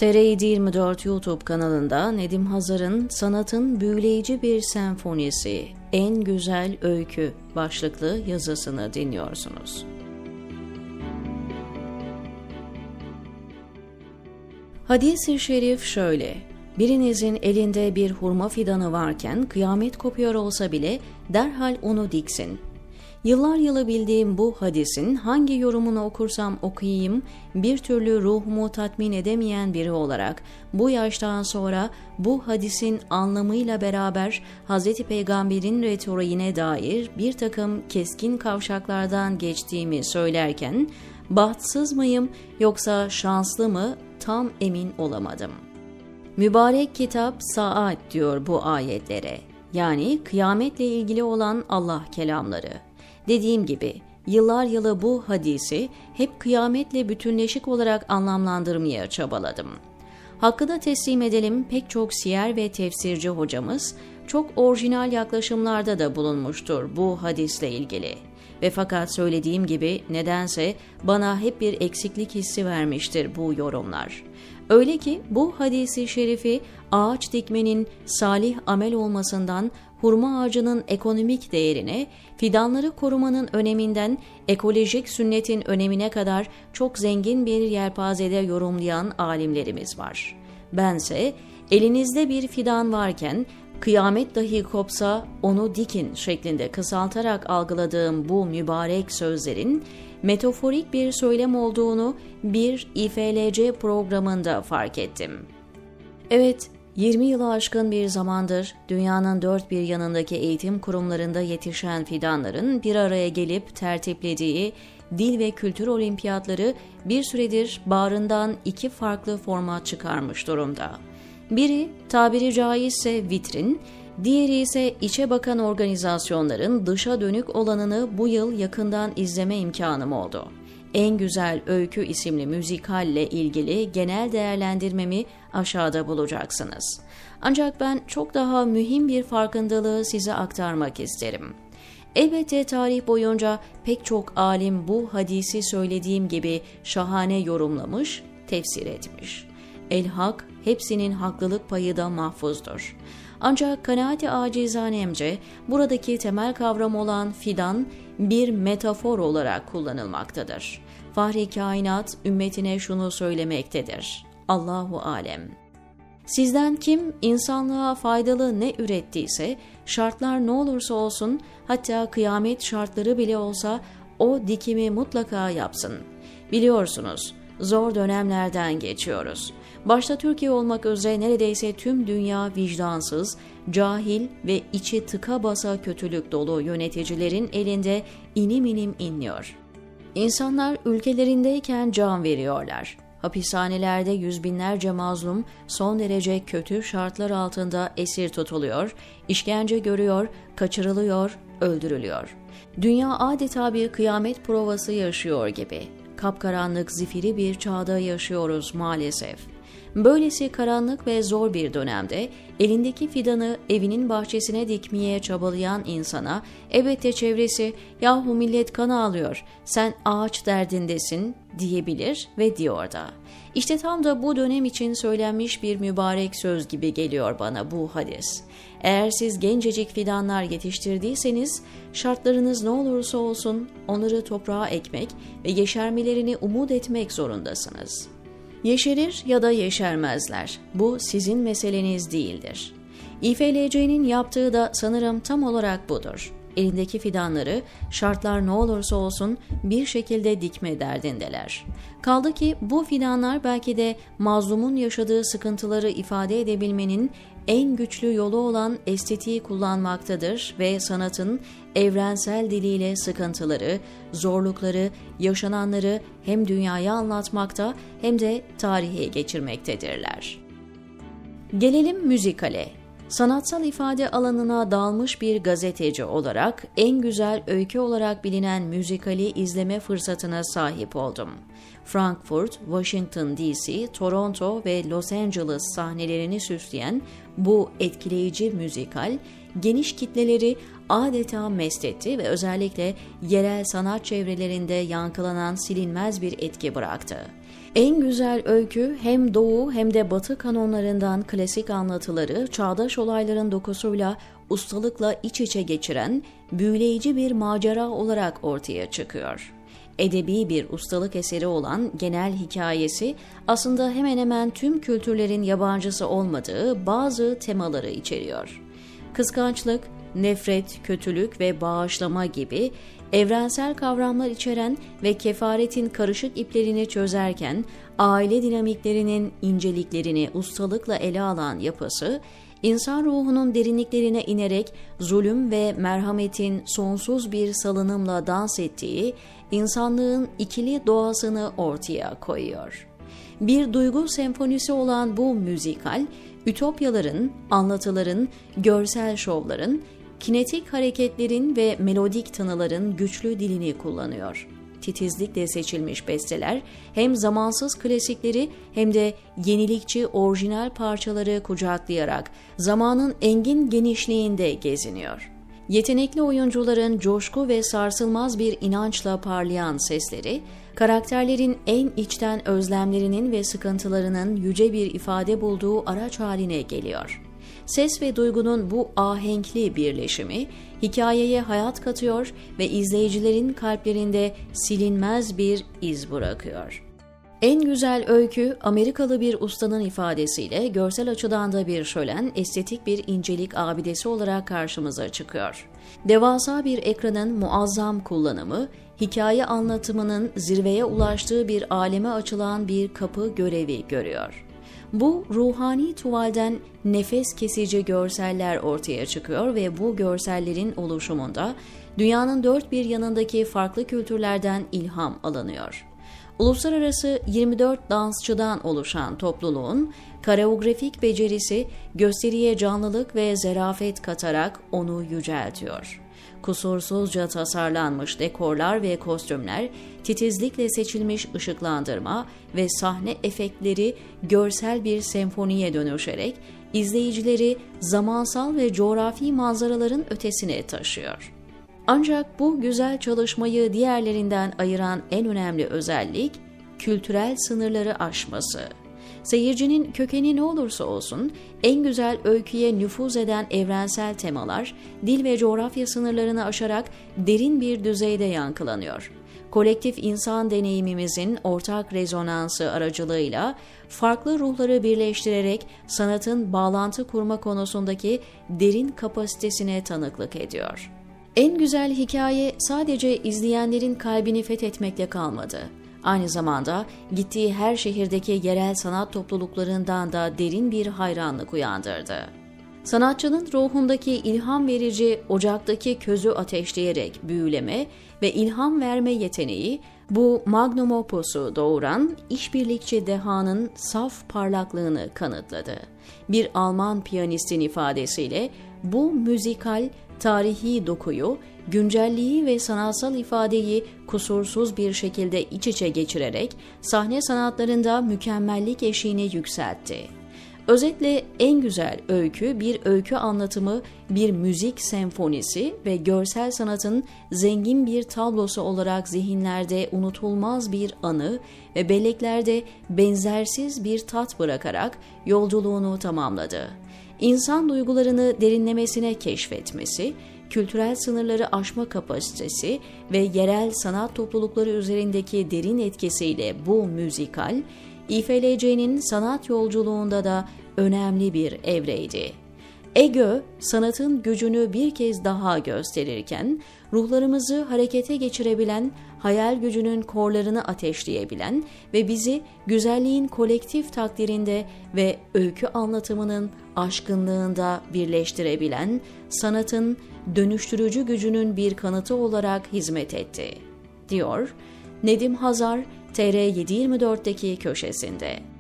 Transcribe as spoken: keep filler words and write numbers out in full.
T R yedi yirmi dört YouTube kanalında Nedim Hazar'ın Sanatın Büyüleyici Bir Senfonisi, En Güzel Öykü başlıklı yazısını dinliyorsunuz. Hadis-i şerif şöyle: birinizin elinde bir hurma fidanı varken kıyamet kopuyor olsa bile derhal onu diksin. Yıllar yılı bildiğim bu hadisin hangi yorumunu okursam okuyayım, bir türlü ruhumu tatmin edemeyen biri olarak bu yaştan sonra bu hadisin anlamıyla beraber Hz. Peygamber'in retoriğine dair bir takım keskin kavşaklardan geçtiğimi söylerken, bahtsız mıyım yoksa şanslı mı tam emin olamadım. Mübarek kitap Saat diyor bu ayetlere, yani kıyametle ilgili olan Allah kelamları. Dediğim gibi yıllar yılı bu hadisi hep kıyametle bütünleşik olarak anlamlandırmaya çabaladım. Hakkı da teslim edelim, pek çok siyer ve tefsirci hocamız çok orijinal yaklaşımlarda da bulunmuştur bu hadisle ilgili. Ve fakat söylediğim gibi nedense bana hep bir eksiklik hissi vermiştir bu yorumlar. Öyle ki bu hadisi şerifi ağaç dikmenin salih amel olmasından hurma ağacının ekonomik değerine, fidanları korumanın öneminden ekolojik sünnetin önemine kadar çok zengin bir yelpazede yorumlayan alimlerimiz var. Bense elinizde bir fidan varken kıyamet dahi kopsa onu dikin şeklinde kısaltarak algıladığım bu mübarek sözlerin metaforik bir söylem olduğunu bir İ F L C programında fark ettim. Evet, yirmi yılı aşkın bir zamandır dünyanın dört bir yanındaki eğitim kurumlarında yetişen fidanların bir araya gelip tertiplediği dil ve kültür olimpiyatları bir süredir bağrından iki farklı format çıkarmış durumda. Biri tabiri caizse vitrin, diğeri ise içe bakan organizasyonların dışa dönük olanını bu yıl yakından izleme imkanım oldu. En Güzel Öykü isimli müzikalle ilgili genel değerlendirmemi aşağıda bulacaksınız. Ancak ben çok daha mühim bir farkındalığı size aktarmak isterim. Elbette tarih boyunca pek çok alim bu hadisi söylediğim gibi şahane yorumlamış, tefsir etmiş. El-Hak, hepsinin haklılık payı da mahfuzdur. Ancak kanaati acizanemce buradaki temel kavram olan fidan bir metafor olarak kullanılmaktadır. Fahri kainat ümmetine şunu söylemektedir: Allahu alem. Sizden kim insanlığa faydalı ne ürettiyse, şartlar ne olursa olsun, hatta kıyamet şartları bile olsa o dikimi mutlaka yapsın. Biliyorsunuz, zor dönemlerden geçiyoruz. Başta Türkiye olmak üzere neredeyse tüm dünya vicdansız, cahil ve içi tıka basa kötülük dolu yöneticilerin elinde inim inim inliyor. İnsanlar ülkelerindeyken can veriyorlar. Hapishanelerde yüz binlerce mazlum son derece kötü şartlar altında esir tutuluyor, işkence görüyor, kaçırılıyor, öldürülüyor. Dünya adeta bir kıyamet provası yaşıyor gibi. Kapkaranlık, zifiri bir çağda yaşıyoruz maalesef. Böylesi karanlık ve zor bir dönemde elindeki fidanı evinin bahçesine dikmeye çabalayan insana elbette çevresi "Yahu millet kan ağlıyor, sen ağaç derdindesin" diyebilir ve diyor da. İşte tam da bu dönem için söylenmiş bir mübarek söz gibi geliyor bana bu hadis. Eğer siz gencecik fidanlar yetiştirdiyseniz, şartlarınız ne olursa olsun onları toprağa ekmek ve yeşermelerini umut etmek zorundasınız. Yeşerir ya da yeşermezler. Bu sizin meseleniz değildir. İ F L C'nin yaptığı da sanırım tam olarak budur. Elindeki fidanları şartlar ne olursa olsun bir şekilde dikme derdindeler. Kaldı ki bu fidanlar belki de mazlumun yaşadığı sıkıntıları ifade edebilmenin en güçlü yolu olan estetiği kullanmaktadır ve sanatın evrensel diliyle sıkıntıları, zorlukları, yaşananları hem dünyaya anlatmakta hem de tarihe geçirmektedirler. Gelelim müzikale. Sanatsal ifade alanına dalmış bir gazeteci olarak En Güzel Öykü olarak bilinen müzikali izleme fırsatına sahip oldum. Frankfurt, Washington D C, Toronto ve Los Angeles sahnelerini süsleyen bu etkileyici müzikal, geniş kitleleri adeta mest etti ve özellikle yerel sanat çevrelerinde yankılanan silinmez bir etki bıraktı. En güzel öykü hem Doğu hem de Batı kanonlarından klasik anlatıları çağdaş olayların dokusuyla ustalıkla iç içe geçiren büyüleyici bir macera olarak ortaya çıkıyor. Edebi bir ustalık eseri olan genel hikayesi aslında hemen hemen tüm kültürlerin yabancısı olmadığı bazı temaları içeriyor. Kıskançlık, nefret, kötülük ve bağışlama gibi evrensel kavramlar içeren ve kefaretin karışık iplerini çözerken aile dinamiklerinin inceliklerini ustalıkla ele alan yapısı, İnsan ruhunun derinliklerine inerek zulüm ve merhametin sonsuz bir salınımla dans ettiği insanlığın ikili doğasını ortaya koyuyor. Bir duygu senfonisi olan bu müzikal, ütopyaların, anlatıların, görsel şovların, kinetik hareketlerin ve melodik tınıların güçlü dilini kullanıyor. Titizlikle seçilmiş besteler hem zamansız klasikleri hem de yenilikçi orijinal parçaları kucaklayarak zamanın engin genişliğinde geziniyor. Yetenekli oyuncuların coşku ve sarsılmaz bir inançla parlayan sesleri, karakterlerin en içten özlemlerinin ve sıkıntılarının yüce bir ifade bulduğu araç haline geliyor. Ses ve duygunun bu ahenkli birleşimi hikayeye hayat katıyor ve izleyicilerin kalplerinde silinmez bir iz bırakıyor. En güzel öykü, Amerikalı bir ustanın ifadesiyle görsel açıdan da bir şölen, estetik bir incelik abidesi olarak karşımıza çıkıyor. Devasa bir ekranın muazzam kullanımı, hikaye anlatımının zirveye ulaştığı bir aleme açılan bir kapı görevi görüyor. Bu ruhani tuvalden nefes kesici görseller ortaya çıkıyor ve bu görsellerin oluşumunda dünyanın dört bir yanındaki farklı kültürlerden ilham alınıyor. Uluslararası yirmi dört dansçıdan oluşan topluluğun koreografik becerisi gösteriye canlılık ve zarafet katarak onu yüceltiyor. Kusursuzca tasarlanmış dekorlar ve kostümler, titizlikle seçilmiş ışıklandırma ve sahne efektleri görsel bir senfoniye dönüşerek izleyicileri zamansal ve coğrafi manzaraların ötesine taşıyor. Ancak bu güzel çalışmayı diğerlerinden ayıran en önemli özellik, kültürel sınırları aşması. Seyircinin kökeni ne olursa olsun, en güzel öyküye nüfuz eden evrensel temalar, dil ve coğrafya sınırlarını aşarak derin bir düzeyde yankılanıyor. Kolektif insan deneyimimizin ortak rezonansı aracılığıyla farklı ruhları birleştirerek sanatın bağlantı kurma konusundaki derin kapasitesine tanıklık ediyor. En güzel hikaye sadece izleyenlerin kalbini fethetmekle kalmadı. Aynı zamanda gittiği her şehirdeki yerel sanat topluluklarından da derin bir hayranlık uyandırdı. Sanatçının ruhundaki ilham verici ocaktaki közü ateşleyerek büyüleme ve ilham verme yeteneği, bu magnum opus'u doğuran işbirlikçi dehanın saf parlaklığını kanıtladı. Bir Alman piyanistin ifadesiyle bu müzikal, tarihi dokuyu, güncelliği ve sanatsal ifadeyi kusursuz bir şekilde iç içe geçirerek sahne sanatlarında mükemmellik eşiğini yükseltti. Özetle en güzel öykü bir öykü anlatımı, bir müzik senfonisi ve görsel sanatın zengin bir tablosu olarak zihinlerde unutulmaz bir anı ve belleklerde benzersiz bir tat bırakarak yolculuğunu tamamladı. İnsan duygularını derinlemesine keşfetmesi, kültürel sınırları aşma kapasitesi ve yerel sanat toplulukları üzerindeki derin etkisiyle bu müzikal, İ F L C'nin sanat yolculuğunda da önemli bir evreydi. Ego, sanatın gücünü bir kez daha gösterirken, ruhlarımızı harekete geçirebilen, hayal gücünün korlarını ateşleyebilen ve bizi güzelliğin kolektif takdirinde ve öykü anlatımının aşkınlığında birleştirebilen sanatın dönüştürücü gücünün bir kanıtı olarak hizmet etti, diyor Nedim Hazar T R yedi yirmi dört'teki köşesinde.